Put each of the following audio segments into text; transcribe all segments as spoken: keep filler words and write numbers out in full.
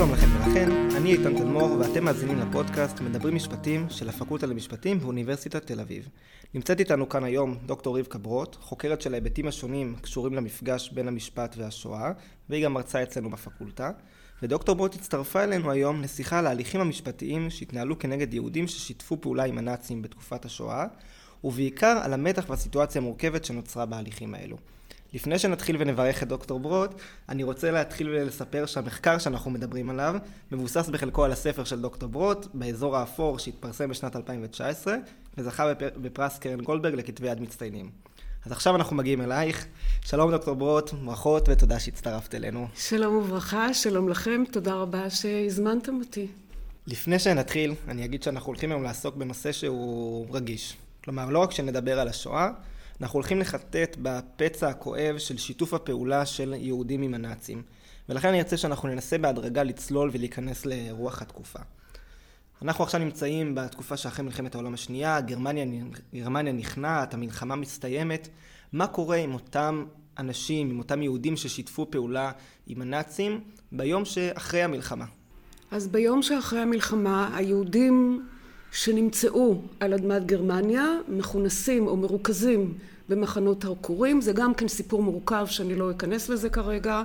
שלום לכם ולכן, אני איתן תדמור ואתם מאזינים לפודקאסט מדברים משפטים של הפקולטה למשפטים באוניברסיטת תל אביב. נמצאת איתנו כאן היום דוקטור רבקה ברוט, חוקרת של ההיבטים השונים קשורים למפגש בין המשפט והשואה, והיא גם מרצה אצלנו בפקולטה. ודוקטור ברוט הצטרפה אלינו היום לשיחה על ההליכים המשפטיים שהתנהלו כנגד יהודים ששיתפו פעולה עם הנאצים בתקופת השואה, ובעיקר על המתח והסיטואציה המורכבת שנוצרה בהליכים האלו. לפני שנתחיל ונברך את דוקטור ברוט, אני רוצה להתחיל ולספר שהמחקר שאנחנו מדברים עליו מבוסס בחלקו על הספר של דוקטור ברוט, באזור האפור, שהתפרסם בשנת אלפיים תשע עשרה, וזכה בפרס קרן גולדברג לכתבי יד מצטיינים. אז עכשיו אנחנו מגיעים אלייך. שלום דוקטור ברוט, ברכות ותודה שהצטרפת אלינו. שלום וברכה, שלום לכם, תודה רבה שהזמנתם אותי. לפני שנתחיל, אני אגיד שאנחנו הולכים היום לעסוק בנושא שהוא רגיש. כלומר, לא רק שנדבר על השואה, אנחנו הולכים לחטט בפצע הכואב של שיתוף הפעולה של יהודים עם הנאצים. ולכן אני ארצה שאנחנו ננסה בהדרגה לצלול ולהיכנס לרוח התקופה. אנחנו עכשיו נמצאים בתקופה שאחרי מלחמת העולם השנייה, גרמניה, גרמניה נכנעת, המלחמה מסתיימת. מה קורה עם אותם אנשים, עם אותם יהודים ששיתפו פעולה עם הנאצים ביום שאחרי המלחמה? אז ביום שאחרי המלחמה, היהודים שנמצאו על אדמת גרמניה מכונסים או מרוכזים במחנות העקורים. זה גם כן סיפור מורכב שאני לא אכנס לזה כרגע.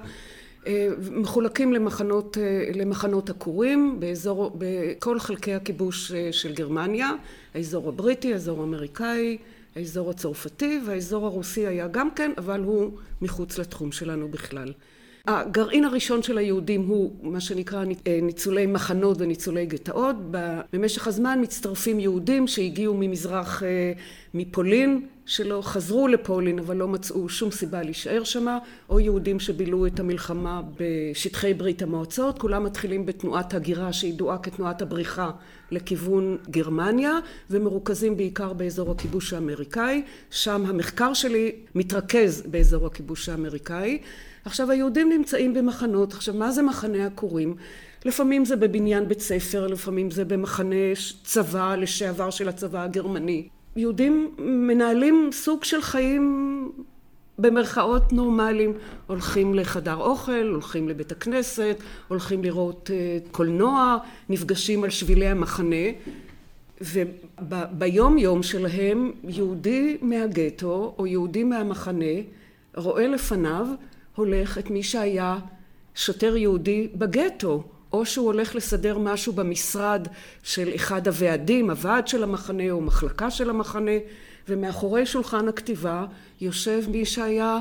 מחולקים למחנות, למחנות עקורים באזור, בכל חלקי הכיבוש של גרמניה. האזור הבריטי, האזור האמריקאי, האזור הצרפתי והאזור הרוסי היה גם כן, אבל הוא מחוץ לתחום שלנו בכלל. הגרעין הראשון של היהודים הוא מה שנקרא ניצולי מחנות וניצולי גטאות. במשך הזמן מצטרפים יהודים שהגיעו ממזרח, מפולין, שלא חזרו לפולין אבל לא מצאו שום סיבה להישאר שמה, או יהודים שבילו את המלחמה בשטחי ברית המועצות. כולם מתחילים בתנועת הגירה שידועה כתנועת הבריחה לכיוון גרמניה, ומרוכזים בעיקר באזור הכיבוש האמריקאי. שם המחקר שלי מתרכז באזור הכיבוש האמריקאי. עכשיו היהודים נמצאים במחנות. עכשיו מה זה מחנה עקורים? לפעמים זה בבניין בית ספר, לפעמים זה במחנה צבא לשעבר של הצבא הגרמני. יהודים מנהלים סוג של חיים במרכאות נורמליים, הולכים לחדר אוכל, הולכים לבית הכנסת, הולכים לראות קולנוע, נפגשים על שבילי המחנה, וביום יום שלהם יהודי מהגטו או יהודי מהמחנה רואה לפניו הולך את מי שהיה שוטר יהודי בגטו, או שהוא הולך לסדר משהו במשרד של אחד הוועדים, הוועד של המחנה או מחלקה של המחנה, ומאחורי שולחן הכתיבה יושב מי שהיה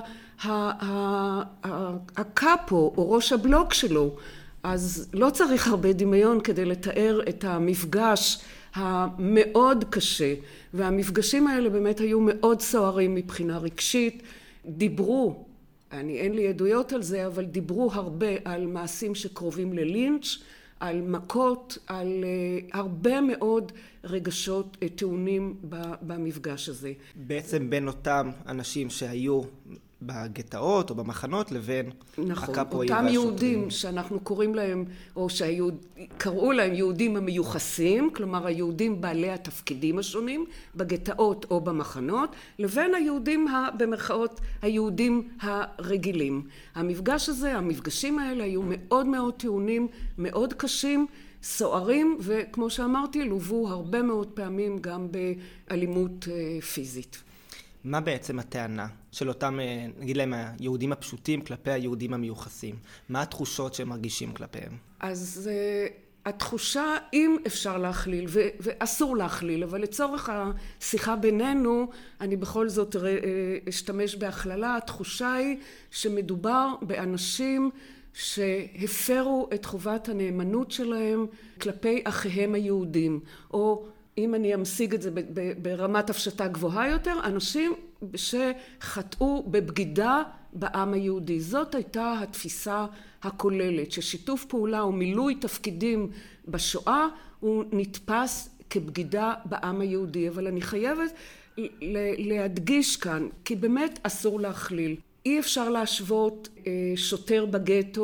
הקאפו או ראש הבלוק שלו. אז לא צריך הרבה דמיון כדי לתאר את המפגש המאוד קשה, והמפגשים האלה באמת היו מאוד סוערים מבחינה רגשית. דיברו, אני אין לי עדויות על זה, אבל דיברו הרבה על מעשים שקרובים ללינץ', על מכות, על uh, הרבה מאוד רגשות uh, טעונים במפגש הזה. בעצם בין אותם אנשים שהיו בגטאות או במחנות לבין נכון, הקאפואים אותם והשוטרים. יהודים שאנחנו קוראים להם, או שקראו להם יהודים המיוחסים, כלומר היהודים בעלי התפקידים השונים, בגטאות או במחנות, לבין היהודים במרכאות היהודים הרגילים. המפגש הזה, המפגשים האלה היו מאוד מאוד טעונים, מאוד קשים, סוערים, וכמו שאמרתי, לובו הרבה מאוד פעמים גם באלימות פיזית. מה בעצם הטענה של אותם, נגיד להם, היהודים הפשוטים כלפי היהודים המיוחסים? מה התחושות שהם מרגישים כלפיהם? אז התחושה, אם אפשר להכליל, ו- ואסור להכליל, אבל לצורך השיחה בינינו, אני בכל זאת אשתמש בהכללה. התחושה היא שמדובר באנשים שהפרו את חובת הנאמנות שלהם כלפי אחיהם היהודים, או אם אני אמשיג את זה ברמת הפשטה גבוהה יותר, אנשים שחטאו בבגידה בעם היהודי. זאת הייתה התפיסה הכוללת, ששיתוף פעולה או מילוי תפקידים בשואה הוא נתפס כבגידה בעם היהודי. אבל אני חייבת להדגיש כאן, כי באמת אסור להכליל. אי אפשר להשוות שוטר בגטו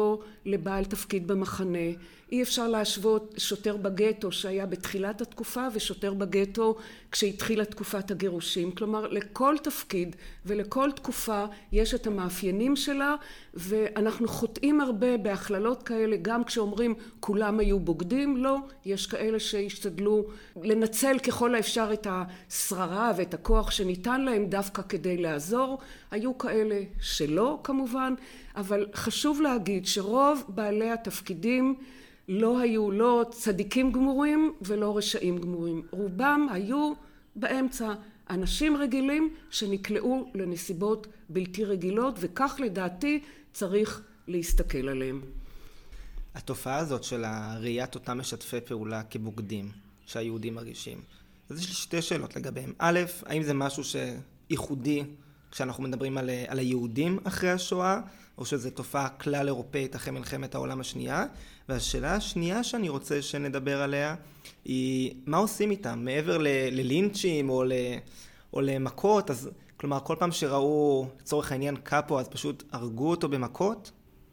לבעל תפקיד במחנה. אי אפשר להשוות שוטר בגטו שהיה בתחילת התקופה ושוטר בגטו כשהתחילה תקופת הגירושים. כלומר, לכל תפקיד ולכל תקופה יש את המאפיינים שלה, ואנחנו חוטאים הרבה בהכללות כאלה, גם כשאומרים כולם היו בוגדים. לא, יש כאלה שהשתדלו לנצל ככל האפשר את השררה ואת הכוח שניתן להם דווקא כדי לעזור. היו כאלה שלא כמובן, אבל חשוב להגיד שרוב בעלי התפקידים לא היו לא צדיקים גמורים ולא רשעים גמורים. רובם היו באמצע אנשים רגילים שנקלעו לנסיבות בלתי רגילות, וכך לדעתי צריך להסתכל עליהם. התופעה הזאת של ראיית אותם משתפי פעולה כבוגדים שהיהודים מרגישים, אז יש לי שתי שאלות לגביהם. א', האם זה משהו שייחודי כשאנחנו מדברים על, על היהודים אחרי השואה, או שזו תופעה כלל אירופאית אחרי מלחמת העולם השנייה? והשאלה השנייה שאני רוצה שנדבר עליה היא מה עושים איתם מעבר ל, ללינצ'ים או, ל, או למכות. אז כלומר כל פעם שראו לצורך העניין קאפו אז פשוט הרגו אותו במכות?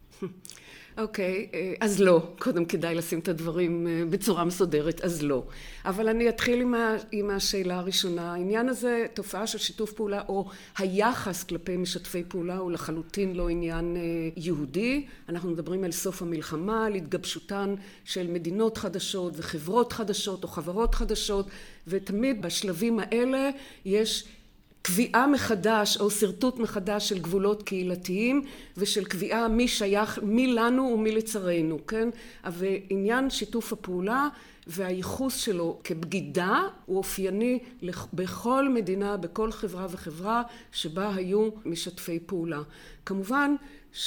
אוקיי, okay, אז לא. קודם כדאי לשים את הדברים בצורה מסודרת, אז לא. אבל אני אתחיל עם, ה, עם השאלה הראשונה. העניין הזה, תופעה של שיתוף פעולה, או היחס כלפי משתפי פעולה, הוא לחלוטין לא עניין יהודי. אנחנו מדברים על סוף המלחמה, על התגבשותן של מדינות חדשות וחברות חדשות או חברות חדשות, ותמיד בשלבים האלה יש קביעה מחדש או סרטוט מחדש של גבולות קהילתיים ושל קביעה מי שייך, מי לנו ומי לצרינו, כן? אבל עניין שיתוף הפעולה והייחוס שלו כבגידה הוא אופייני בכל מדינה, בכל חברה וחברה שבה היו משתפי פעולה. כמובן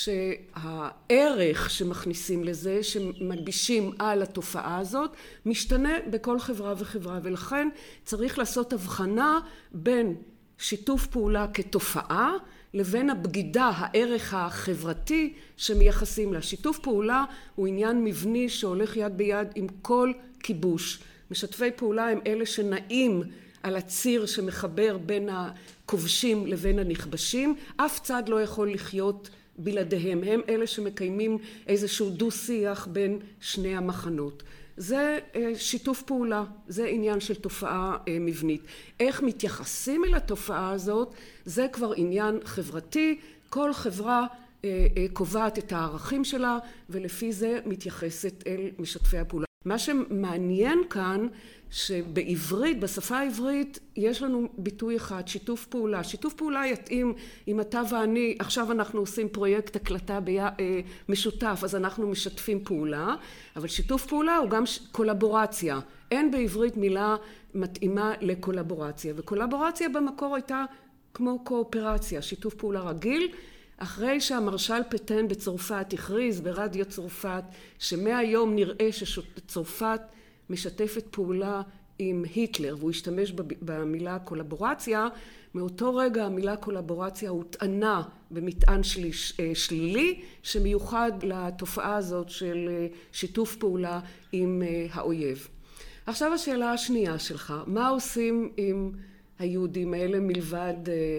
שהערך שמכניסים לזה, שמלבישים על התופעה הזאת, משתנה בכל חברה וחברה, ולכן צריך לעשות הבחנה בין שיתוף פעולה כתופעה לבין הבגידה, הערך החברתי שמייחסים לה. שיתוף פעולה הוא עניין מבני שהולך יד ביד עם כל כיבוש. משתפי פעולה הם אלה שנעים על הציר שמחבר בין הכובשים לבין הנכבשים. אף צד לא יכול לחיות בלעדיהם. הם אלה שמקיימים איזשהו דו-שיח בין שני המחנות. זה שיתוף פעולה, זה עניין של תופעה מבנית. איך מתייחסים אל התופעה הזאת, זה כבר עניין חברתי. כל חברה קובעת את הערכים שלה, ולפי זה מתייחסת אל משתפי הפעולה. מה שמעניין כאן, שבעברית, בשפה העברית, יש לנו ביטוי אחד, שיתוף פעולה. שיתוף פעולה יתאים אם אתה ואני, עכשיו אנחנו עושים פרויקט הקלטה ביה, משותף, אז אנחנו משתפים פעולה, אבל שיתוף פעולה הוא גם קולבורציה. אין בעברית מילה מתאימה לקולבורציה, וקולבורציה במקור הייתה כמו קואופרציה, שיתוף פעולה רגיל. אחרי שהמרשל פטן בצרפת הכריז ברדיו צרפת שמהיום נראה שצרפת משתפת פעולה עם היטלר, והוא השתמש במילה קולבורציה, מאותו רגע המילה קולבורציה הוטענה במטען שליש, שלילי שמיוחד לתופעה הזאת של שיתוף פעולה עם האויב. עכשיו השאלה השנייה שלך, מה עושים עם היהודים האלה מלבד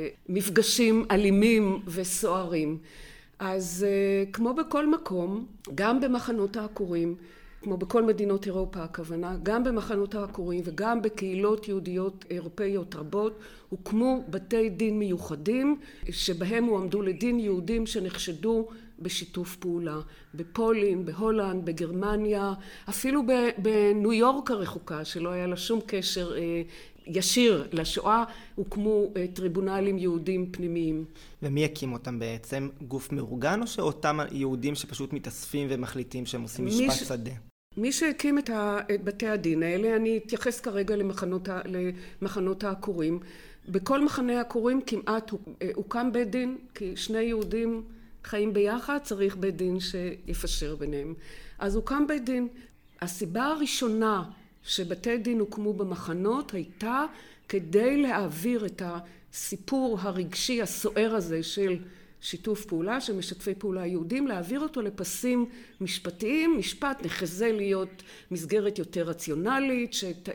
מפגשים אלימים וסוערים? אז כמו בכל מקום, גם במחנות העקורים, כמו בכל מדינות אירופה הכוונה, גם במחנות העקורים וגם בקהילות יהודיות אירופאיות רבות, הוקמו בתי דין מיוחדים שבהם הועמדו לדין יהודים שנחשדו בשיתוף פעולה. בפולין, בהולנד, בגרמניה, אפילו בניו יורק הרחוקה, שלא היה לה שום קשר ישיר לשואה, הוקמו טריבונלים יהודים פנימיים. ומי הקים אותם בעצם? גוף מאורגן או שאותם יהודים שפשוט מתאספים ומחליטים שהם עושים משפט ש... שדה? מי שהקים את, ה... את בתי הדין האלה, אני אתייחס כרגע למחנות, ה... למחנות העקורים. בכל מחנה העקורים כמעט הוקם בית דין, כי שני יהודים חיים ביחד, צריך בית דין שיפשר ביניהם. אז הוקם בית דין. הסיבה הראשונה שבתי דין הוקמו במחנות הייתה כדי להעביר את הסיפור הרגשי הסוער הזה של שיתוף פעולה, של משתפי פעולה יהודים, להעביר אותו לפסים משפטיים. משפט נחזה להיות מסגרת יותר רציונלית,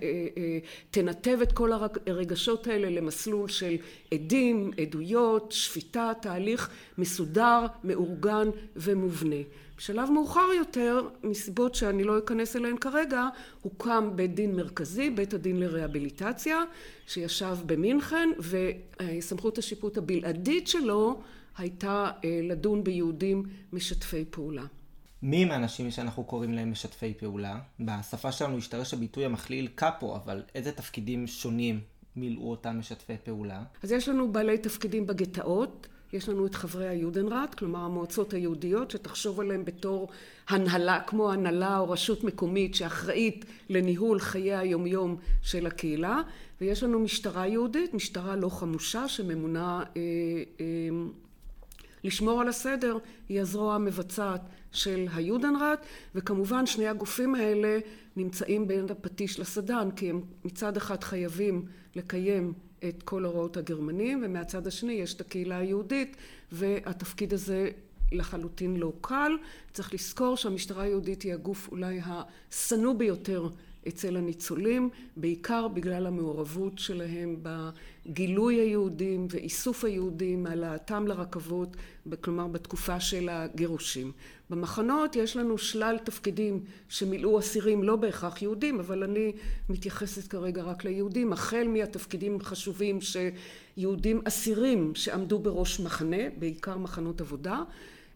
שתנתב את כל הרגשות האלה למסלול של עדים, עדויות, שפיטה, תהליך מסודר, מאורגן ומובנה. בשלב מאוחר יותר, מסיבות שאני לא אכנס אליהן כרגע, הוקם בית דין מרכזי, בית הדין לרהביליטציה, שישב במינכן, וסמכות השיפוט הבלעדית שלו הייתה לדון ביהודים משתפי פעולה. מי הם האנשים שאנחנו קוראים להם משתפי פעולה? בשפה שלנו השתרש הביטוי המכליל קאפו, אבל איזה תפקידים שונים מילאו אותם משתפי פעולה? אז יש לנו בעלי תפקידים בגטאות, יש לנו את חברי היודנראט, כלומר המועצות היהודיות, שתחשוב עליהם בתור הנהלה, כמו הנהלה או רשות מקומית שאחראית לניהול חיי היומיום של הקהילה, ויש לנו משטרה יהודית, משטרה לא חמושה שממונה אה, אה, לשמור על הסדר, היא הזרוע המבצעת של היודנראט, וכמובן שני הגופים האלה נמצאים בין הפטיש לסדן, כי הם מצד אחד חייבים לקיים את כל הוראות הגרמנים, ומהצד השני יש את הקהילה היהודית, והתפקיד הזה לחלוטין לא קל. צריך לזכור שהמשטרה היהודית היא הגוף אולי הסנוא ביותר אצל הניצולים, בעיקר בגלל המעורבות שלהם בגילוי היהודים ואיסוף היהודים, העלאתם לרכבות, כלומר בתקופה של הגירושים. במחנות יש לנו שלל תפקידים שמילאו אסירים לא בהכרח יהודים, אבל אני מתייחסת כרגע רק ליהודים, החל מהתפקידים חשובים שיהודים אסירים שעמדו בראש מחנה, בעיקר מחנות עבודה,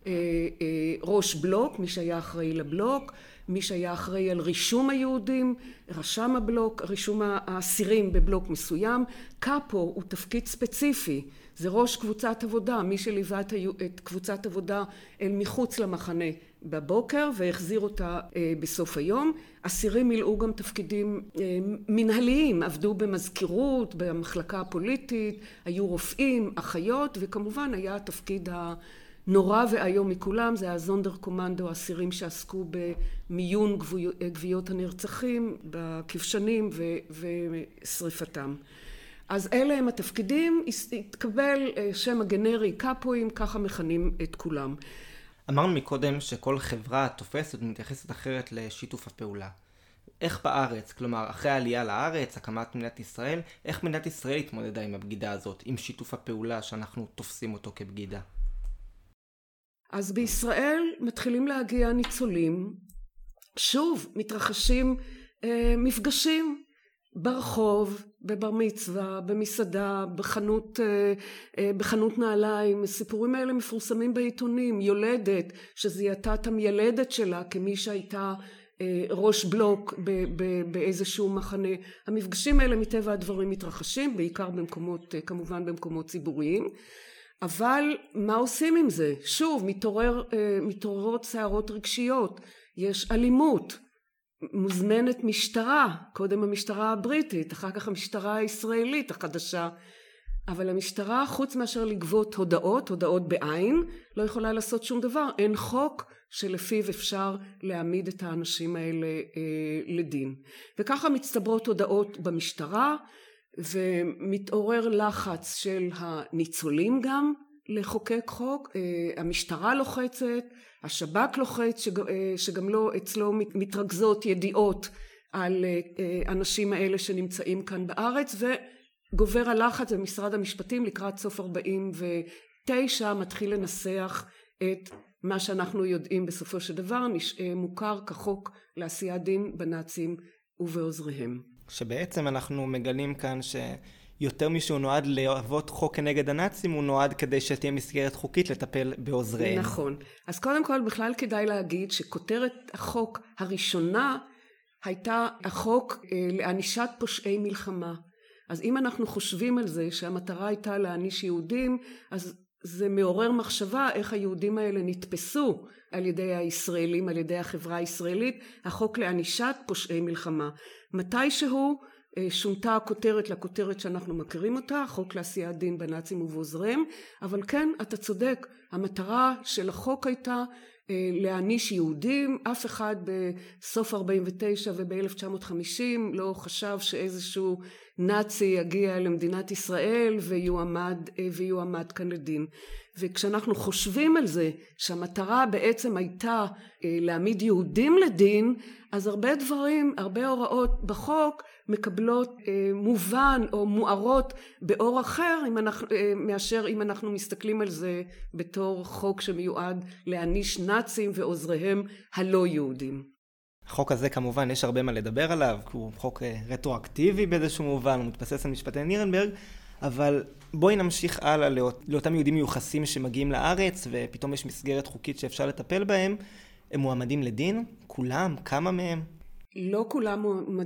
ראש בלוק, מי שהיה אחראי לבלוק, מי שהיה אחראי על רישום היהודים, רשם הבלוק, רישום האסירים בבלוק מסוים. קאפו הוא תפקיד ספציפי, זה ראש קבוצת עבודה, מי שליווה את קבוצת עבודה אל מחוץ למחנה בבוקר והחזיר אותה בסוף היום. אסירים מילאו גם תפקידים מנהליים, עבדו במזכירות, במחלקה הפוליטית, היו רופאים, אחיות, וכמובן היה התפקיד ה... נורא והיום מכולם, זה הזונדר קומנדו, האסירים שעסקו במיון גוויות הנרצחים, בכבשנים ושריפתם. אז אלה הם התפקידים, התקבל שם הגנרי קאפואים, ככה מכנים את כולם. אמרנו מקודם שכל חברה תופסת ומתייחסת אחרת לשיתוף הפעולה. איך בארץ, כלומר אחרי העלייה לארץ, הקמת מדינת ישראל, איך מדינת ישראל התמודדה עם הבגידה הזאת, עם שיתוף הפעולה שאנחנו תופסים אותו כבגידה? אז בישראל מתחילים להגיע ניצולים, שוב מתרחשים אה, מפגשים ברחוב, בבר מצווה, במסעדה, בחנות, אה, אה, בחנות נעליים. הסיפורים האלה מפורסמים בעיתונים, יולדת שזיהתה את המיילדת שלה כמי שהייתה אה, ראש בלוק ב, ב, באיזשהו מחנה. המפגשים האלה מטבע הדברים מתרחשים, בעיקר במקומות, אה, כמובן במקומות ציבוריים. אבל מה עושים עם זה? שוב, מתעורר, מתעוררות סערות רגשיות, יש אלימות, מוזמנת משטרה, קודם המשטרה הבריטית, אחר כך המשטרה הישראלית החדשה, אבל המשטרה חוץ מאשר לגבות הודעות, הודעות בעין, לא יכולה לעשות שום דבר, אין חוק שלפיו אפשר להעמיד את האנשים האלה אה, לדין. וככה מצטברות הודעות במשטרה, ומתעורר לחץ של הניצולים גם לחוקק חוק, המשטרה לוחצת, השב"כ לוחץ, שגם לא אצלו מתרכזות ידיעות על אנשים האלה שנמצאים כאן בארץ, וגובר הלחץ במשרד המשפטים לקראת סוף ארבעים ותשע מתחיל לנסח את מה שאנחנו יודעים בסופו של דבר, מוכר כחוק לעשיית דין בנאצים ובעוזריהם. שבעצם אנחנו מגלים כאן שיותר משהו נועד להוות חוק כנגד הנאצים, הוא נועד כדי שתהיה מסגרת חוקית לטפל בעוזריהם. נכון. אז קודם כל בכלל כדאי להגיד שכותרת החוק הראשונה הייתה החוק לענישת פושעי מלחמה. אז אם אנחנו חושבים על זה שהמטרה הייתה להעניש יהודים, אז זה מעורר מחשבה איך היהודים האלה נתפסו על ידי הישראלים, על ידי החברה הישראלית, החוק לענישת פושעי מלחמה. מתישהו שונתה הכותרת לכותרת שאנחנו מכירים אותה, החוק לעשיית דין בנאצים ובעוזריהם, אבל כן, אתה צודק, המטרה של החוק הייתה להעניש יהודים, אף אחד בסוף ארבעים ותשע וב-אלף תשע מאות וחמישים לא חשב שאיזשהו נאצי יגיע למדינת ישראל ויועמד, ויועמד כאן לדין. וכשאנחנו חושבים על זה שהמטרה בעצם הייתה להעמיד יהודים לדין, אז הרבה דברים, הרבה הוראות בחוק מקבלות מובן או מוארות באור אחר אם אנחנו, מאשר אם אנחנו מסתכלים על זה בתור חוק שמיועד להעניש נאצים ועוזריהם הלא יהודים. החוק הזה כמובן יש הרבה מה לדבר עליו, הוא חוק רטרואקטיבי באיזשהו מובן, הוא מתבסס על משפטי נירנברג, אבל בואי נמשיך הלאה לאות, לאותם יהודים מיוחסים שמגיעים לארץ ופתאום יש מסגרת חוקית שאפשר לטפל בהם. הם מועמדים לדין? כולם? כמה מהם? לא כולם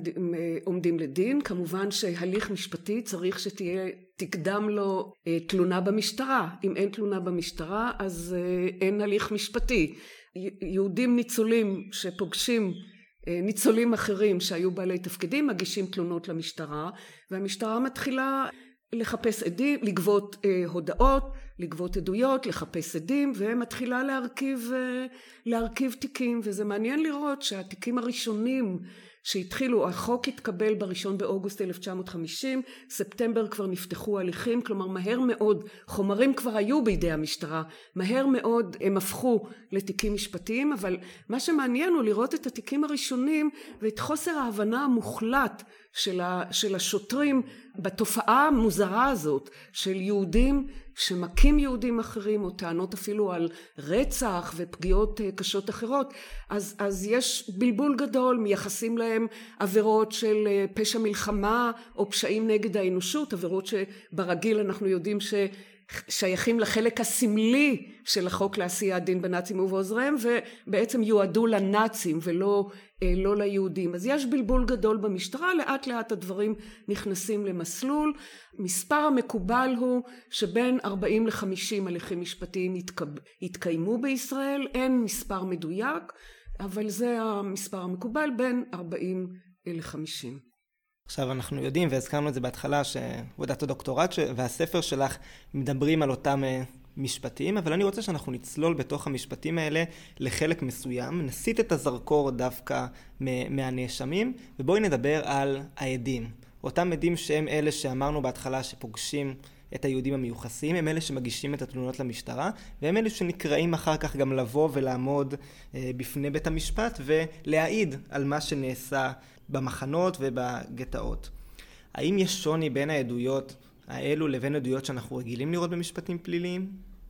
עומדים לדין. כמובן שהליך משפטי צריך שתהיה, תקדם לו תלונה במשטרה. אם אין תלונה במשטרה אז אין הליך משפטי. יהודים ניצולים שפוגשים ניצולים אחרים שהיו בעלי תפקידים מגישים תלונות למשטרה, והמשטרה מתחילה לחפש עדים, לגבות אה, הודעות, לגבות עדויות, לחפש עדים, ומתחילה להרכיב, אה, להרכיב תיקים. וזה מעניין לראות שהתיקים הראשונים שהתחילו, החוק התקבל בראשון באוגוסט אלף תשע מאות וחמישים, ספטמבר כבר נפתחו הליכים, כלומר מהר מאוד, חומרים כבר היו בידי המשטרה, מהר מאוד הם הפכו לתיקים משפטיים, אבל מה שמעניין הוא לראות את התיקים הראשונים ואת חוסר ההבנה המוחלט של, ה, של השוטרים בתופעה המוזרה הזאת של יהודים שמכים יהודים אחרים, או טענות אפילו על רצח ופגיעות קשות אחרות. אז, אז יש בלבול גדול, מייחסים להם עבירות של פשע מלחמה או פשעים נגד האנושות, עבירות שברגיל אנחנו יודעים ש... שייכים לחלק הסמלי של החוק לעשיית דין בנאצים ובעוזריהם, ובעצם יועדו לנאצים ולא לא ליהודים. אז יש בלבול גדול במשטרה, לאט לאט הדברים נכנסים למסלול. מספר המקובל הוא שבין ארבעים לחמישים הליכים משפטיים התקיימו בישראל, אין מספר מדויק, אבל זה המספר המקובל, בין ארבעים לחמישים. עכשיו אנחנו יודעים, והזכרנו את זה בהתחלה, שעבודת הדוקטורט והספר שלך מדברים על אותם משפטים, אבל אני רוצה שאנחנו נצלול בתוך המשפטים האלה לחלק מסוים, נסיט את הזרקור דווקא מהנאשמים, ובואי נדבר על העדים. אותם עדים שהם אלה שאמרנו בהתחלה שפוגשים את היהודים המיוחסים, הם אלה שמגישים את התלונות למשטרה, והם אלה שנקראים אחר כך גם לבוא ולעמוד בפני בית המשפט ולהעיד על מה שנעשה במחנות ובגטאות. האם יש שוני בין העדויות האלו לבין עדויות שאנחנו רגילים לראות במשפטים פליליים?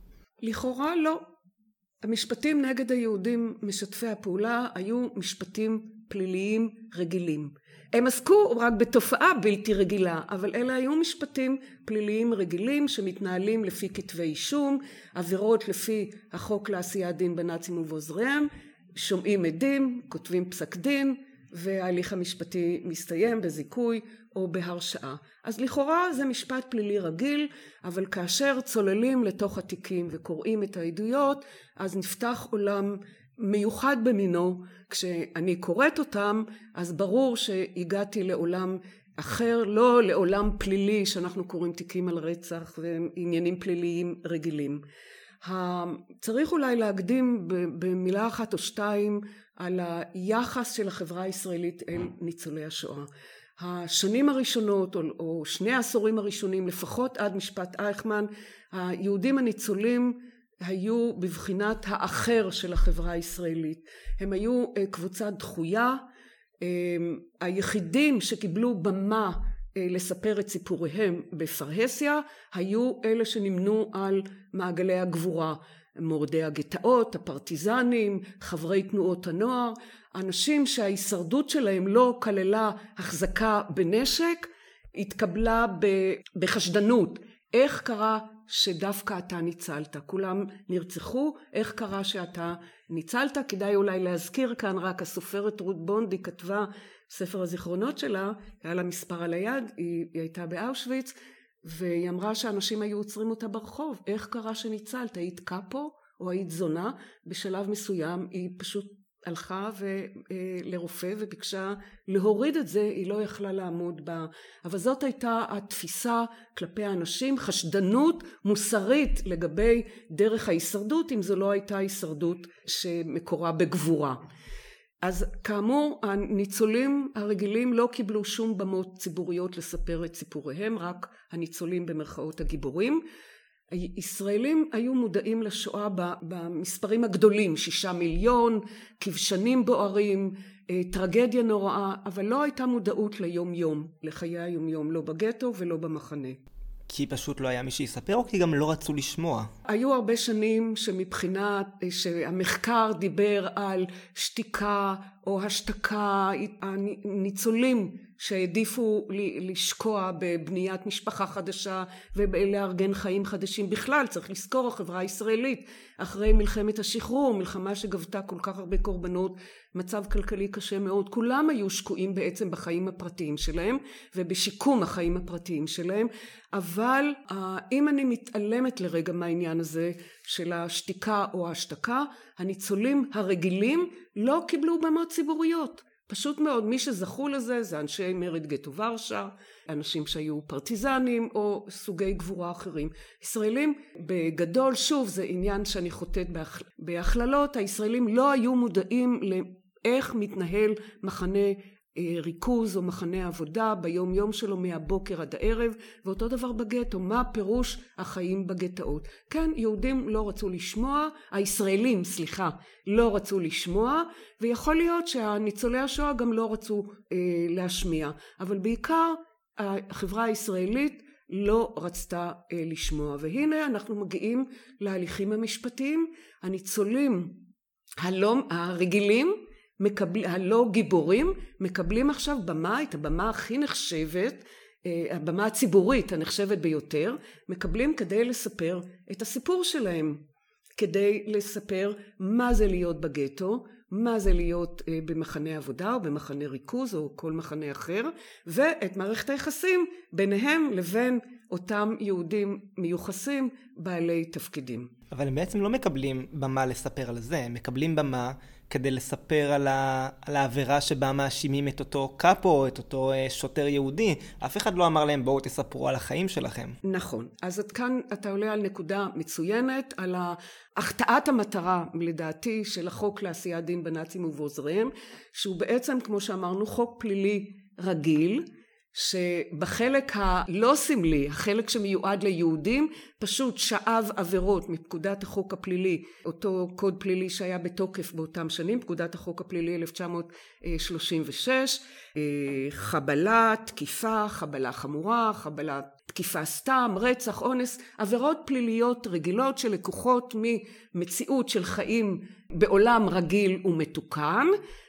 לכאורה לא. המשפטים נגד היהודים משתפי הפעולה היו משפטים פליליים רגילים. הם עסקו רק בתופעה בלתי רגילה, אבל אלה היו משפטים פליליים רגילים שמתנהלים לפי כתבי אישום, עבירות לפי החוק לעשיית דין בנאצים ובעוזריהם, שומעים עדים, כותבים פסק דין, וההליך המשפטי מסתיים בזיכוי או בהרשעה. אז לכאורה זה משפט פלילי רגיל, אבל כאשר צוללים לתוך התיקים וקוראים את העדויות, אז נפתח עולם מיוחד במינו. כשאני קוראת אותם, אז ברור שהגעתי לעולם אחר, לא לעולם פלילי שאנחנו קוראים תיקים על רצח ועניינים פליליים רגילים. צריך אולי להקדים במילה אחת או שתיים על היחס של החברה הישראלית אל ניצולי השואה. השנים הראשונות או, או שני העשורים הראשונים, לפחות עד משפט אייכמן, היהודים הניצולים היו בבחינת האחר של החברה הישראלית. הם היו קבוצה דחויה, היחידים שקיבלו במה לספר את סיפוריהם בפרהסיה היו אלה שנמנו על מעגלי הגבורה, מורדי הגטאות, הפרטיזנים, חברי תנועות הנוער, אנשים שההישרדות שלהם לא כללה החזקה בנשק, התקבלה בחשדנות. איך קרה שדווקא אתה ניצלת? כולם נרצחו, איך קרה שאתה ניצלת? כדאי אולי להזכיר כאן רק, הסופרת רות בונדי כתבה ספר הזיכרונות שלה, היה לה מספר על היד, היא, היא הייתה באושוויץ, והיא אמרה שאנשים היו עוצרים אותה ברחוב. איך קרה שניצלת? היית קאפו או היית זונה? בשלב מסוים היא פשוט הלכה לרופא וביקשה להוריד את זה, היא לא יכלה לעמוד בה. אבל זאת הייתה התפיסה כלפי האנשים, חשדנות מוסרית לגבי דרך ההישרדות, אם זו לא הייתה הישרדות שמקורה בגבורה. אז כאמור, הניצולים הרגילים לא קיבלו שום במות ציבוריות לספר את סיפוריהם, רק הניצולים במרכאות הגיבורים. הישראלים היו מודעים לשואה במספרים הגדולים, שישה מיליון, כבשנים בוערים, טרגדיה נוראה, אבל לא הייתה מודעות ליום יום, לחיי היום יום, לא בגטו ולא במחנה. כי פשוט לא היה מי שיספר, או כי גם לא רצו לשמוע? היו הרבה שנים שמבחינת, שהמחקר דיבר על שתיקה או השתקה, הניצולים שהעדיפו לשקוע בבניית משפחה חדשה ולארגן חיים חדשים. בכלל צריך לזכור, החברה הישראלית אחרי מלחמת השחרור, מלחמה שגבתה כל כך הרבה קורבנות, מצב כלכלי קשה מאוד, כולם היו שקועים בעצם בחיים הפרטיים שלהם ובשיקום החיים הפרטיים שלהם. אבל אם אני מתעלמת לרגע מהעניין הזה של השתיקה או ההשתקה, הניצולים הרגילים לא קיבלו במות ציבוריות. פשוט מאוד, מי שזכו לזה זה אנשי מרד גטו ורשה, אנשים שהיו פרטיזנים או סוגי גבורה אחרים. ישראלים בגדול, שוב זה עניין שאני חוטאת בהכללות, הישראלים לא היו מודעים לאיך מתנהל מחנה ריכוז או מחנה עבודה ביום יום שלו מהבוקר עד הערב, ואותו דבר בגטו, מה פירוש החיים בגטאות. כן, יהודים לא רצו לשמוע, הישראלים, סליחה, לא רצו לשמוע, ויכול להיות שהניצולי השואה גם לא רצו אה, להשמיע, אבל בעיקר החברה הישראלית לא רצתה אה, לשמוע. והנה אנחנו מגיעים להליכים המשפטיים, הניצולים הלא, הרגילים, מקבל, הלא גיבורים, מקבלים עכשיו במה, את הבמה הכי נחשבת, הבמה הציבורית הנחשבת ביותר, מקבלים כדי לספר את הסיפור שלהם, כדי לספר מה זה להיות בגטו, מה זה להיות במחנה עבודה או במחנה ריכוז או כל מחנה אחר, ואת מערכת היחסים ביניהם לבין אותם יהודים מיוחסים בעלי תפקידים. אבל הם בעצם לא מקבלים במה לספר על זה, הם מקבלים במה כדי לספר על, ה... על העבירה שבה מאשימים את אותו קאפו, את אותו שוטר יהודי. אף אחד לא אמר להם בואו תספרו על החיים שלכם. נכון. אז את כאן אתה עולה על נקודה מצוינת, על החטאת המטרה לדעתי של החוק לעשיית דין בנאצים ובעוזריהם, שהוא בעצם כמו שאמרנו חוק פלילי רגיל, שבחלק הלא סמלי, החלק שמיועד ליהודים, פשוט שאב עבירות מפקודת החוק הפלילי, אותו קוד פלילי שהיה בתוקף באותם שנים, פקודת החוק הפלילי אלף תשע מאות שלושים ושש, חבלה, תקיפה, חבלה חמורה, חבלה, תקיפה סתם, רצח, אונס, עבירות פליליות רגילות שלקוחות ממציאות של חיים בעולם רגיל ומתוקן,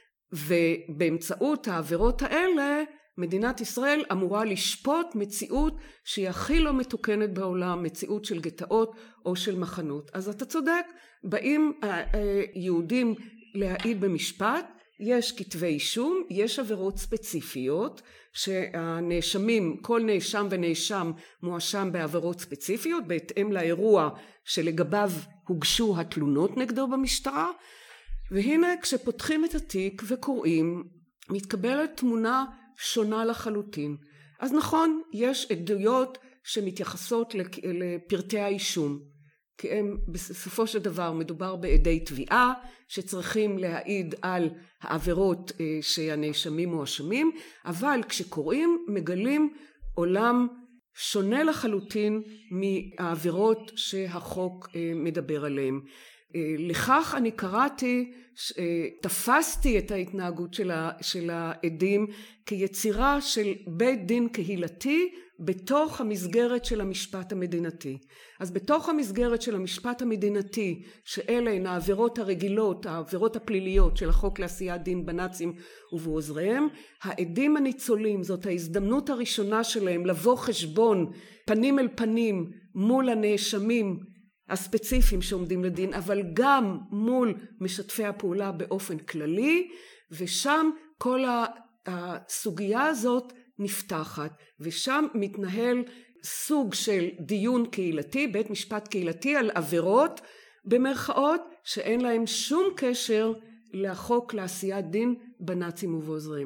ובאמצעות העבירות האלה, מדינת ישראל אמורה לשפוט מציאות שהיא הכי לא מתוקנת בעולם, מציאות של גטאות או של מחנות. אז אתה צודק, באים יהודים להעיד במשפט, יש כתבי אישום, יש עבירות ספציפיות, שהנאשמים, כל נאשם ונאשם מואשם בעבירות ספציפיות, בהתאם לאירוע שלגביו הוגשו התלונות נגדו במשטרה, והנה כשפותחים את התיק וקוראים, מתקבלת תמונה שונה לחלוטין. אז נכון, יש עדויות שמתייחסות לפרטי האישום, כי הם בסופו של דבר מדובר בעדי תביעה שצריכים להעיד על העבירות שהנאשמים מואשמים, אבל כשקוראים מגלים עולם שונה לחלוטין מהעבירות שהחוק מדבר עליהם. לכך אני קראתי, תפסתי את ההתנהגות של העדים כיצירה של בית דין קהילתי בתוך המסגרת של המשפט המדינתי. אז בתוך המסגרת של המשפט המדינתי, שאלה הן העבירות הרגילות, העבירות הפליליות של החוק לעשיית דין בנאצים ובעוזריהם, העדים הניצולים, זאת ההזדמנות הראשונה שלהם לבוא חשבון פנים אל פנים מול הנאשמים הספציפיים שעומדים לדין, אבל גם מול משתפי הפעולה באופן כללי, ושם כל הסוגיה הזאת נפתחת, ושם מתנהל סוג של דיון קהילתי, בית משפט קהילתי על עבירות במרכאות שאין להם שום קשר לחוק לעשיית דין בנאצים ובעוזריהם.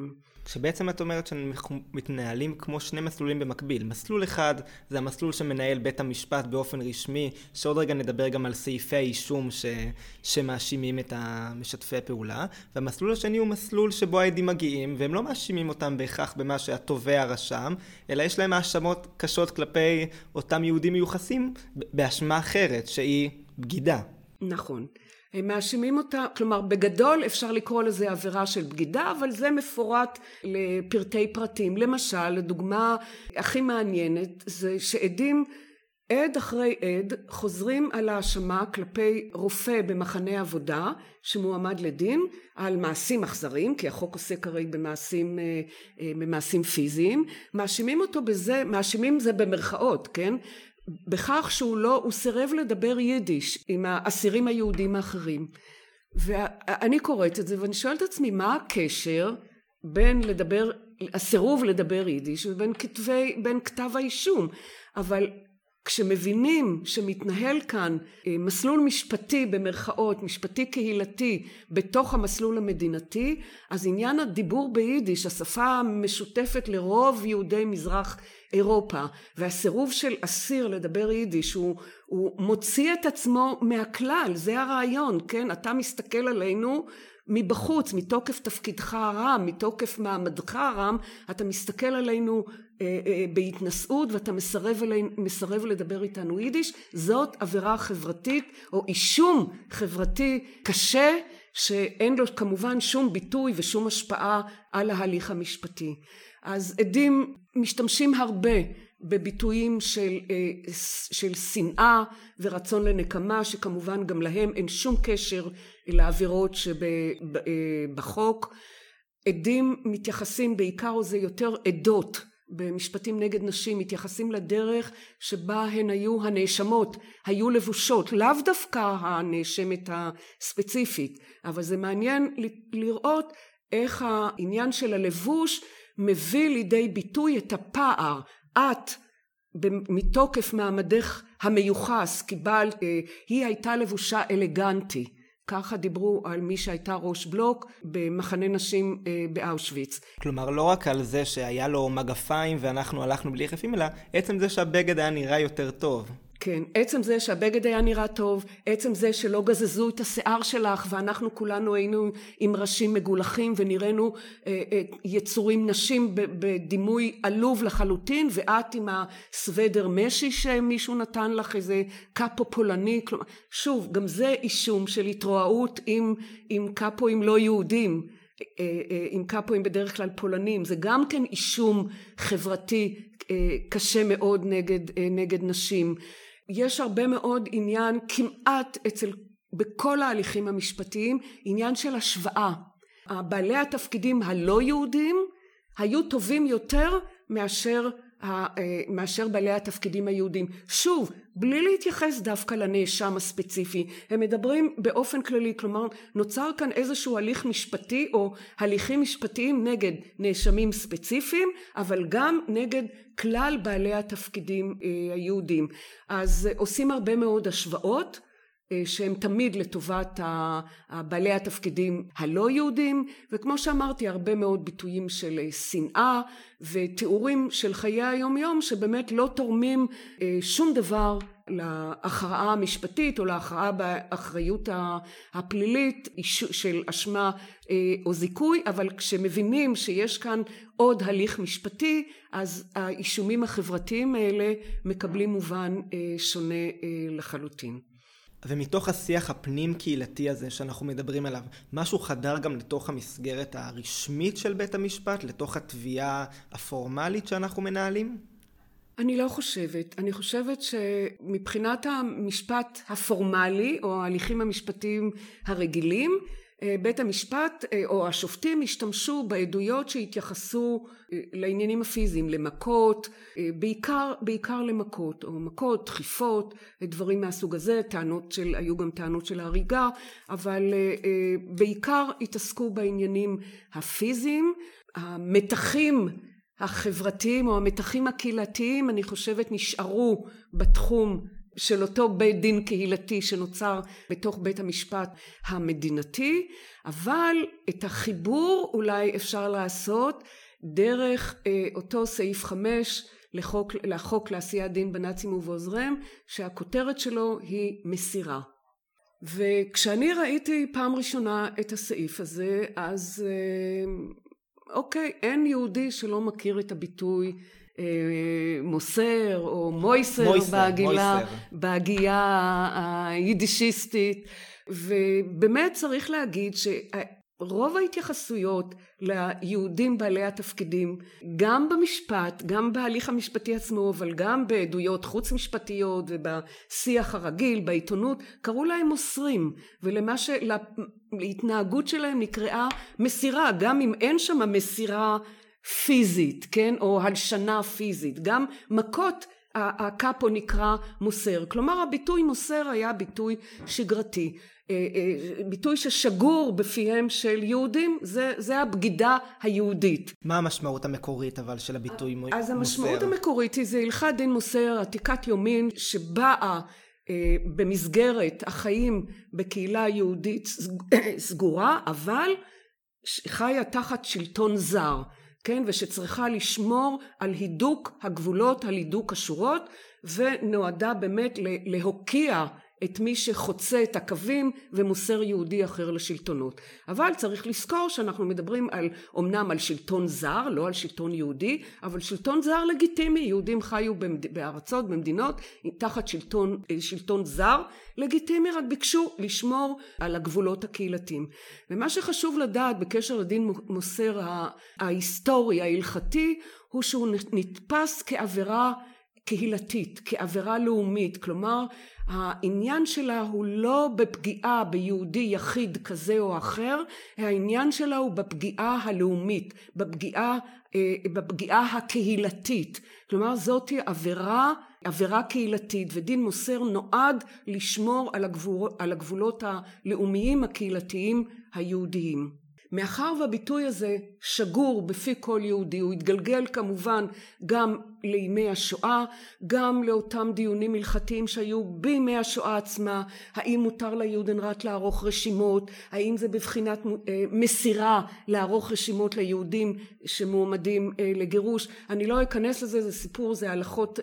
כשבעצם את אומרת שאנחנו מתנהלים כמו שני מסלולים במקביל. מסלול אחד זה המסלול שמנהל בית המשפט באופן רשמי, שעוד רגע נדבר גם על סעיפי האישום ש... שמאשימים את המשתפי פעולה, והמסלול השני הוא מסלול שבו העדים מגיעים, והם לא מאשימים אותם בהכרח במה שהתובע רשם, אלא יש להם האשמות קשות כלפי אותם יהודים מיוחסים באשמה אחרת, שהיא בגידה. נכון. הם מאשימים אותה, כלומר בגדול אפשר לקרוא לזה עבירה של בגידה, אבל זה מפורט לפרטי פרטים. למשל, לדוגמה הכי מעניינת זה שעדים, עד אחרי עד, חוזרים על האשמה כלפי רופא במחנה עבודה שמועמד לדין על מעשים אכזריים, כי החוק עוסק הרי במעשים, במעשים פיזיים, מאשימים אותו בזה, מאשימים זה במרכאות, כן? בכך שהוא לא, הוא סירב לדבר יידיש עם האסירים היהודים האחרים. ואני קוראת את זה ואני שואלת את עצמי, מה הקשר בין לדבר, הסירוב לדבר יידיש ובין כתבי, בין כתב האישום? אבל כשמבינים שמתנהל כאן מסלול משפטי במרכאות, משפטי קהילתי בתוך המסלול המדינתי, אז עניין הדיבור ביידיש, השפה המשותפת לרוב יהודי מזרח אירופה, והסירוב של אסיר לדבר יידיש, הוא, הוא מוציא את עצמו מהכלל, זה הרעיון, כן? אתה מסתכל עלינו מבחוץ, מתוקף תפקידך הרם, מתוקף מעמדך הרם, אתה מסתכל עלינו אה, אה, בהתנשאות ואתה מסרב, אלינו, מסרב לדבר איתנו יידיש. זאת עבירה חברתית או אישום חברתי קשה, שאין לו כמובן שום ביטוי ושום השפעה על ההליך המשפטי. אז עדים משתמשים הרבה בביטויים של, של שנאה ורצון לנקמה, שכמובן גם להם אין שום קשר לעבירות שבחוק. עדים מתייחסים בעיקר, או זה יותר עדות במשפטים נגד נשים, מתייחסים לדרך שבה הן היו הנאשמות, היו לבושות, לאו דווקא הנאשמת הספציפית, אבל זה מעניין לראות איך העניין של הלבוש מביא לידי ביטוי את הפער. את מתוקף מעמדך המיוחס קיבלת, היא הייתה לבושה אלגנטי, ככה דיברו על מי שהייתה ראש בלוק במחנה נשים באושוויץ. כלומר לא רק על זה שהיה לו מגפיים ואנחנו הלכנו בלי יחפים, אלא עצם זה שהבגד היה נראה יותר טוב. כן, עצם זה שהבגד היה נראה טוב, עצם זה שלא גזזו את השיער שלך ואנחנו כולנו היינו עם ראשים מגולחים ונראינו אה, אה, יצורים נשים בדימוי עלוב לחלוטין, ואת עם הסוודר משי שמישהו נתן לך איזה קאפו פולני, כלומר, שוב, גם זה אישום של התרועעות עם, עם קאפואים לא יהודים, אה, אה, עם קאפואים בדרך כלל פולנים, זה גם כן אישום חברתי אה, קשה מאוד נגד, אה, נגד נשים. יש הרבה מאוד עניין, כמעט אצל, בכל ההליכים המשפטיים, עניין של השוואה. בעלי התפקידים הלא יהודים היו טובים יותר מאשר, מאשר בעלי התפקידים היהודים. שוב, בלי להתייחס דווקא לנאשם הספציפי, הם מדברים באופן כללי, כלומר נוצר כאן איזשהו הליך משפטי או הליכים משפטיים נגד נאשמים ספציפיים, אבל גם נגד כלל בעלי התפקידים אה, היהודים. אז עושים הרבה מאוד השוואות, שהם תמיד לטובת בעלי התפקידים הלא יהודים, וכמו שאמרתי, הרבה מאוד ביטויים של שנאה ותיאורים של חיי היום יום שבאמת לא תורמים שום דבר להכרעה המשפטית או להכרעה באחריות הפלילית של אשמה או זיכוי, אבל כשמבינים שיש כאן עוד הליך משפטי, אז האישומים החברתיים האלה מקבלים מובן שונה לחלוטין. ומתוך השיח הפנים קהילתי הזה שאנחנו מדברים עליו, משהו חדר גם לתוך המסגרת הרשמית של בית המשפט, לתוך התביעה הפורמלית שאנחנו מנהלים? אני לא חושבת. אני חושבת שמבחינת המשפט הפורמלי או ההליכים המשפטיים הרגילים, בית המשפט או השופטים השתמשו בעדויות שהתייחסו לעניינים הפיזיים, למכות, בעיקר, בעיקר למכות, או מכות, דחיפות, דברים מהסוג הזה, טענות של, היו גם טענות של ההריגה, אבל בעיקר התעסקו בעניינים הפיזיים. המתחים החברתיים או המתחים הקהילתיים, אני חושבת, נשארו בתחום של אותו בית דין קהילתי שנוצר בתוך בית המשפט המדינתי, אבל את החיבור אולי אפשר לעשות דרך אה, אותו סעיף חמש לחוק, לחוק לעשיית דין בנאצים ובעוזריהם, שהכותרת שלו היא מסירה. וכשאני ראיתי פעם ראשונה את הסעיף הזה, אז אה, אוקיי, אין יהודי שלא מכיר את הביטוי מוסר או מויסר, מויסר בהגילה, מויסר. בהגייה היידישיסטית, ובאמת צריך להגיד שרוב ההתייחסויות ליהודים בעלי התפקידים, גם במשפט, גם בהליך המשפטי עצמו, אבל גם בעדויות חוץ משפטיות ובשיח הרגיל, בעיתונות, קראו להם מוסרים, ולמה שלהתנהגות שלהם נקראה מסירה, גם אם אין שם מסירה פיזית, כן, או הלשנה פיזית, גם מכות הקאפו נקרא מוסר. כלומר הביטוי מוסר היה ביטוי שגרתי, ביטוי ששגור בפיהם של יהודים, זה, זה הבגידה היהודית. מה המשמעות המקורית אבל של הביטוי מוסר? אז המשמעות המקורית היא זה הלכת דין מוסר, עתיקת יומין, שבאה במסגרת החיים בקהילה יהודית סגורה, אבל חיה תחת שלטון זר. כן, ושצריכה לשמור על הידוק הגבולות, על הידוק השורות, ונועדה באמת להוקיע את מי שחוצה את הקווים ומוסר יהודי אחר לשלטונות. אבל צריך לזכור שאנחנו מדברים על, אומנם על שלטון זר, לא על שלטון יהודי, אבל שלטון זר לגיטימי. יהודים חיו בארצות, במדינות, תחת שלטון, שלטון זר לגיטימי, רק ביקשו לשמור על הגבולות הקהילתיים. ומה שחשוב לדעת בקשר לדין מוסר ההיסטורי, ההלכתי, הוא שהוא נתפס כעבירה קהילתית, כעבירה לאומית, כלומר העניין שלה הוא לא בפגיעה ביהודי יחיד כזה או אחר, העניין שלה הוא בפגיעה הלאומית, בפגיעה, בפגיעה הקהילתית, כלומר זאת היא עבירה, עבירה קהילתית, ודין מוסר נועד לשמור על, הגבול, על הגבולות הלאומיים הקהילתיים היהודיים. מאחר והביטוי הזה שגור בפי כל יהודי, הוא התגלגל כמובן גם לימי השואה, גם לאותם דיונים הלכתיים שהיו בימי השואה עצמה, האם מותר ליהודנראט לערוך רשימות, האם זה בבחינת מסירה לערוך רשימות ליהודים שמועמדים לגירוש. אני לא אכנס לזה, זה סיפור, זה הלכות,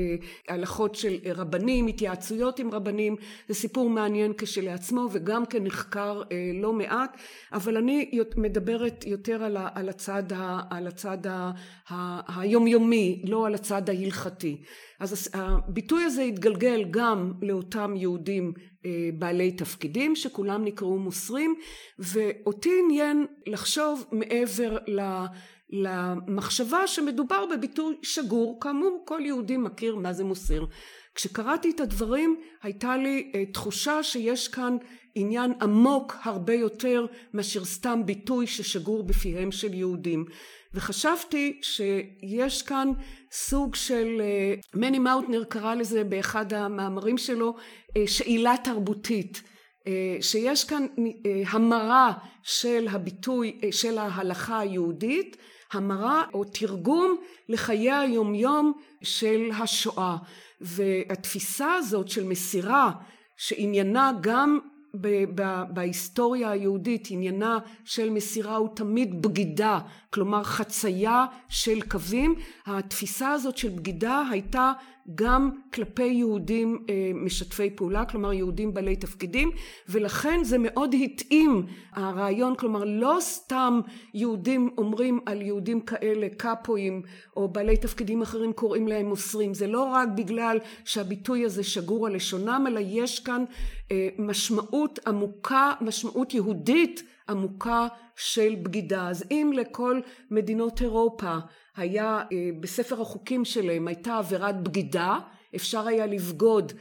הלכות של רבנים, התייעצויות עם רבנים, זה סיפור מעניין כשלעצמו וגם כן נחקר לא מעט, אבל אני מדברת יותר על, על הצד, על הצד ה, ה, היומיומי, לא על הצד ההלכתי. אז הביטוי הזה התגלגל גם לאותם יהודים בעלי תפקידים שכולם נקראו מוסרים, ואותי עניין לחשוב מעבר ל... למחשבה שמדובר בביטוי שגור, כאמור כל יהודי מכיר מה זה מוסר. כשקראתי את הדברים הייתה לי תחושה שיש כאן עניין עמוק הרבה יותר מאשר סתם ביטוי ששגור בפיהם של יהודים, וחשבתי שיש כאן סוג של, מני מאוטנר קרא לזה באחד המאמרים שלו, שאילה תרבותית, שיש כאן המרה של הביטוי של ההלכה היהודית, המרה או תרגום לחיי היומיום של השואה. והתפיסה הזאת של מסירה שעניינה גם בהיסטוריה היהודית, עניינה של מסירה הוא תמיד בגידה, כלומר חצייה של קווים. התפיסה הזאת של בגידה הייתה גם כלפי יהודים משתפי פעולה, כלומר יהודים בעלי תפקידים, ולכן זה מאוד התאים הרעיון, כלומר לא סתם יהודים אומרים על יהודים כאלה קאפואים או בעלי תפקידים אחרים קוראים להם מוסרים, זה לא רק בגלל שהביטוי הזה שגור על לשונם, אלא יש כאן משמעות עמוקה, משמעות יהודית עמוקה של בגידה. אז אם לכל מדינות אירופה היה בספר החוקים שלהם הייתה עבירת בגידה, אפשר היה לבגוד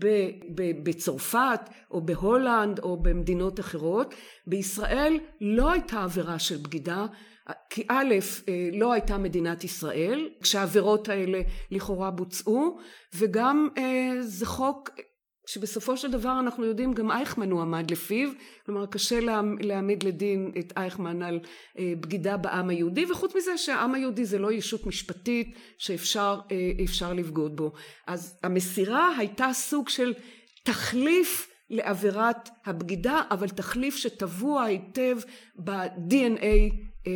בצרפת או בהולנד או במדינות אחרות. בישראל לא הייתה עבירה של בגידה, כי א' לא הייתה מדינת ישראל כשהעבירות האלה לכאורה בוצעו, וגם זה חוק שבסופו של דבר אנחנו יודעים גם אייכמן הוא עמד לפיו, כלומר קשה להעמיד לדין את אייכמן על בגידה בעם היהודי, וחוץ מזה שהעם היהודי זה לא ישות משפטית שאפשר אפשר לבגוד בו. אז המסירה הייתה סוג של תחליף לעבירת הבגידה, אבל תחליף שטבוע היטב ב-די אן איי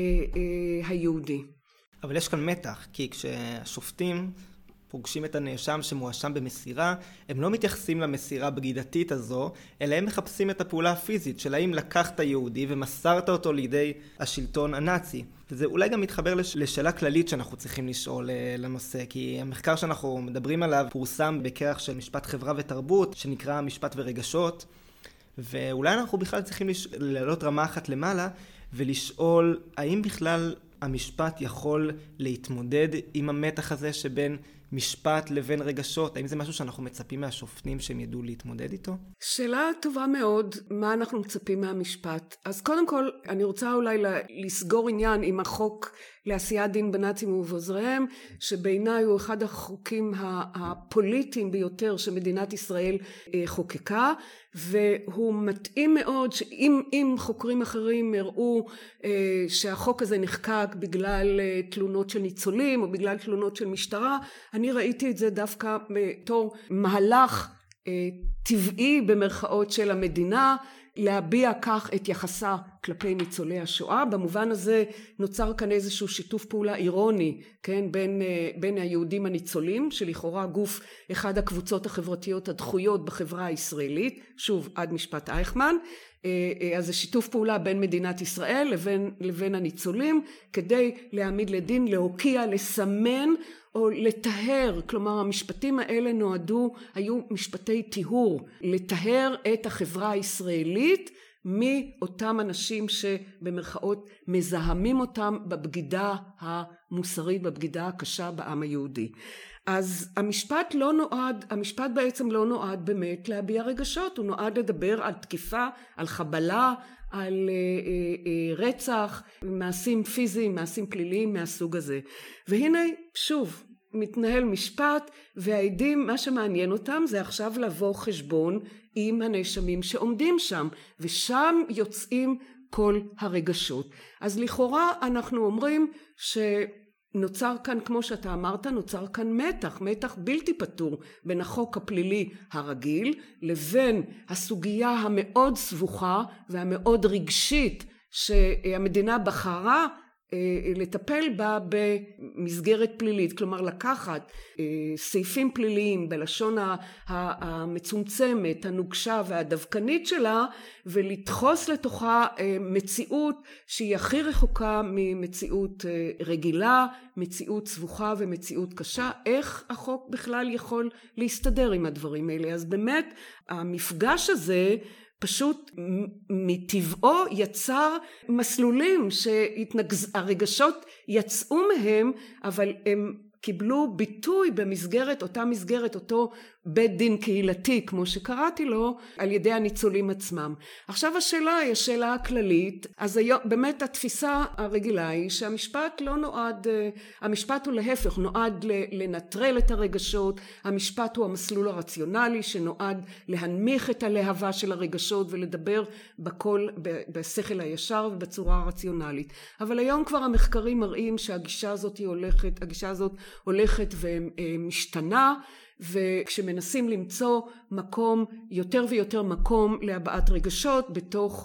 היהודי. אבל יש כאן מתח, כי כשהשופטים פוגשים את הנאשם שמואשם במסירה, הם לא מתייחסים למסירה בגידתית הזו, אלא הם מחפשים את הפעולה הפיזית של האם לקחת יהודי ומסרת אותו לידי השלטון הנאצי. וזה אולי גם מתחבר לש... לשאלה כללית שאנחנו צריכים לשאול לנושא, כי המחקר שאנחנו מדברים עליו פורסם בכרך של משפט חברה ותרבות, שנקרא משפט ורגשות, ואולי אנחנו בכלל צריכים לש... לעלות רמה אחת למעלה, ולשאול האם בכלל המשפט יכול להתמודד עם המתח הזה שבין משפט לבין רגשות? האם זה משהו שאנחנו מצפים מהשופטים שהם ידעו להתמודד איתו? שאלה טובה מאוד, מה אנחנו מצפים מהמשפט? אז קודם כל, אני רוצה אולי לסגור עניין עם החוק לעשיית דין בנאצים ובעוזריהם, שבעיניי הוא אחד החוקים הפוליטיים ביותר שמדינת ישראל חוקקה, והוא מתאים מאוד שאם אם חוקרים אחרים הראו שהחוק הזה נחקק בגלל תלונות של ניצולים או בגלל תלונות של משטרה, אני ראיתי את זה דווקא בתור מהלך טבעי במרכאות של המדינה להביע כך את יחסה כלפי ניצולי השואה. במובן הזה נוצר כאן איזשהו שיתוף פעולה אירוני, כן, בין, בין היהודים הניצולים, שלכאורה גוף אחד הקבוצות החברתיות הדחויות בחברה הישראלית, שוב עד משפט אייכמן. אז זה שיתוף פעולה בין מדינת ישראל לבין, לבין הניצולים, כדי להעמיד לדין, להוקיע, לסמן או לטהר. כלומר המשפטים האלה נועדו, היו משפטי טיהור, לטהר את החברה הישראלית מאותם אנשים שבמרכאות מזהמים אותם בבגידה המוסרית, בבגידה הקשה בעם היהודי. אז המשפט לא נועד, המשפט בעצם לא נועד באמת להביע רגשות, הוא נועד לדבר על תקיפה, על חבלה, על אה, אה, רצח, מעשים פיזיים, מעשים פליליים מהסוג הזה. והנה שוב מתנהל משפט, והעדים, מה שמעניין אותם זה עכשיו לבוא חשבון עם הנאשמים שעומדים שם, ושם יוצאים כל הרגשות. אז לכאורה אנחנו אומרים שנוצר כאן, כמו שאתה אמרת, נוצר כאן מתח, מתח בלתי פתור בין החוק הפלילי הרגיל לבין הסוגיה המאוד סבוכה והמאוד רגשית שהמדינה בחרה לטפל בה במסגרת פלילית. כלומר לקחת סעיפים פליליים בלשון המצומצמת, הנוגשה והדווקנית שלה, ולדחוס לתוכה מציאות שהיא הכי רחוקה ממציאות רגילה, מציאות סבוכה ומציאות קשה. איך החוק בכלל יכול להסתדר עם הדברים האלה? אז באמת המפגש הזה פשוט מטבעו יצר מסלולים שהרגשות יצאו מהם, אבל הם קיבלו ביטוי במסגרת, אותה מסגרת, אותו בית דין קהילתי, כמו שקראתי לו, על ידי הניצולים עצמם. עכשיו השאלה היא השאלה הכללית. אז היום, באמת התפיסה הרגילה היא שהמשפט לא נועד, המשפט הוא להפך, נועד לנטרל את הרגשות, המשפט הוא המסלול הרציונלי שנועד להנמיך את הלהבה של הרגשות ולדבר בכל, בשכל הישר ובצורה הרציונלית. אבל היום כבר המחקרים מראים שהגישה הזאת היא הולכת, הגישה הזאת הולכת ומשתנה, וכשמנסים למצוא מקום, יותר ויותר מקום להבעת רגשות בתוך,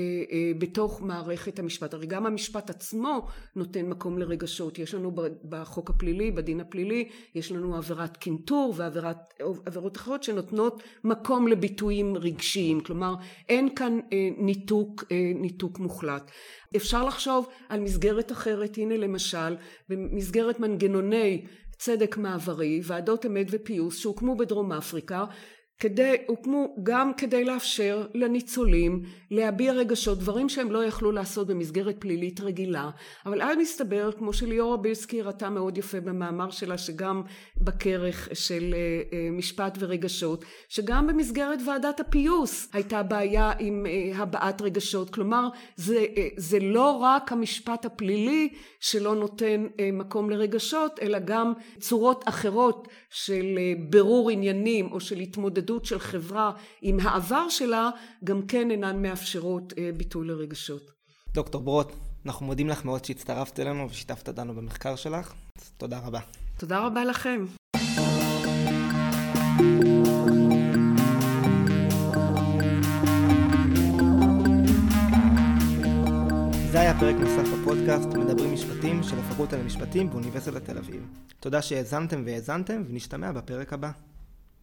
בתוך מערכת המשפט. הרי גם המשפט עצמו נותן מקום לרגשות. יש לנו בחוק הפלילי, בדין הפלילי, יש לנו עבירת קנטור ועבירות אחרות שנותנות מקום לביטויים רגשיים. כלומר, אין כאן ניתוק, ניתוק מוחלט. אפשר לחשוב על מסגרת אחרת. הנה למשל, במסגרת מנגנוני צדק מעברי, ועדות אמת ופיוס שהוקמו בדרום אפריקה, כדי, הוקמו גם כדי לאפשר לניצולים להביע רגשות, דברים שהם לא יכלו לעשות במסגרת פלילית רגילה. אבל אז מסתבר, כמו שליאורה בילסקי ראתה מאוד יפה במאמר שלה, שגם בכרך של משפט ורגשות, שגם במסגרת ועדת הפיוס הייתה בעיה עם הבעת רגשות. כלומר, זה, זה לא רק המשפט הפלילי שלא נותן מקום לרגשות, אלא גם צורות אחרות של ברור עניינים או של התמודדות התמודדות של חברה עם העבר שלה, גם כן אינן מאפשרות ביטוי לרגשות. דוקטור ברוט, אנחנו מודים לך מאוד שהצטרפת אלינו ושיתפת אותנו במחקר שלך. תודה רבה. תודה רבה לכם. זה היה פרק נוסף בפודקאסט מדברים משפטים של הפקולטה למשפטים באוניברסיטת תל אביב. תודה שהאזנתם והאזנתם ונשתמע בפרק הבא.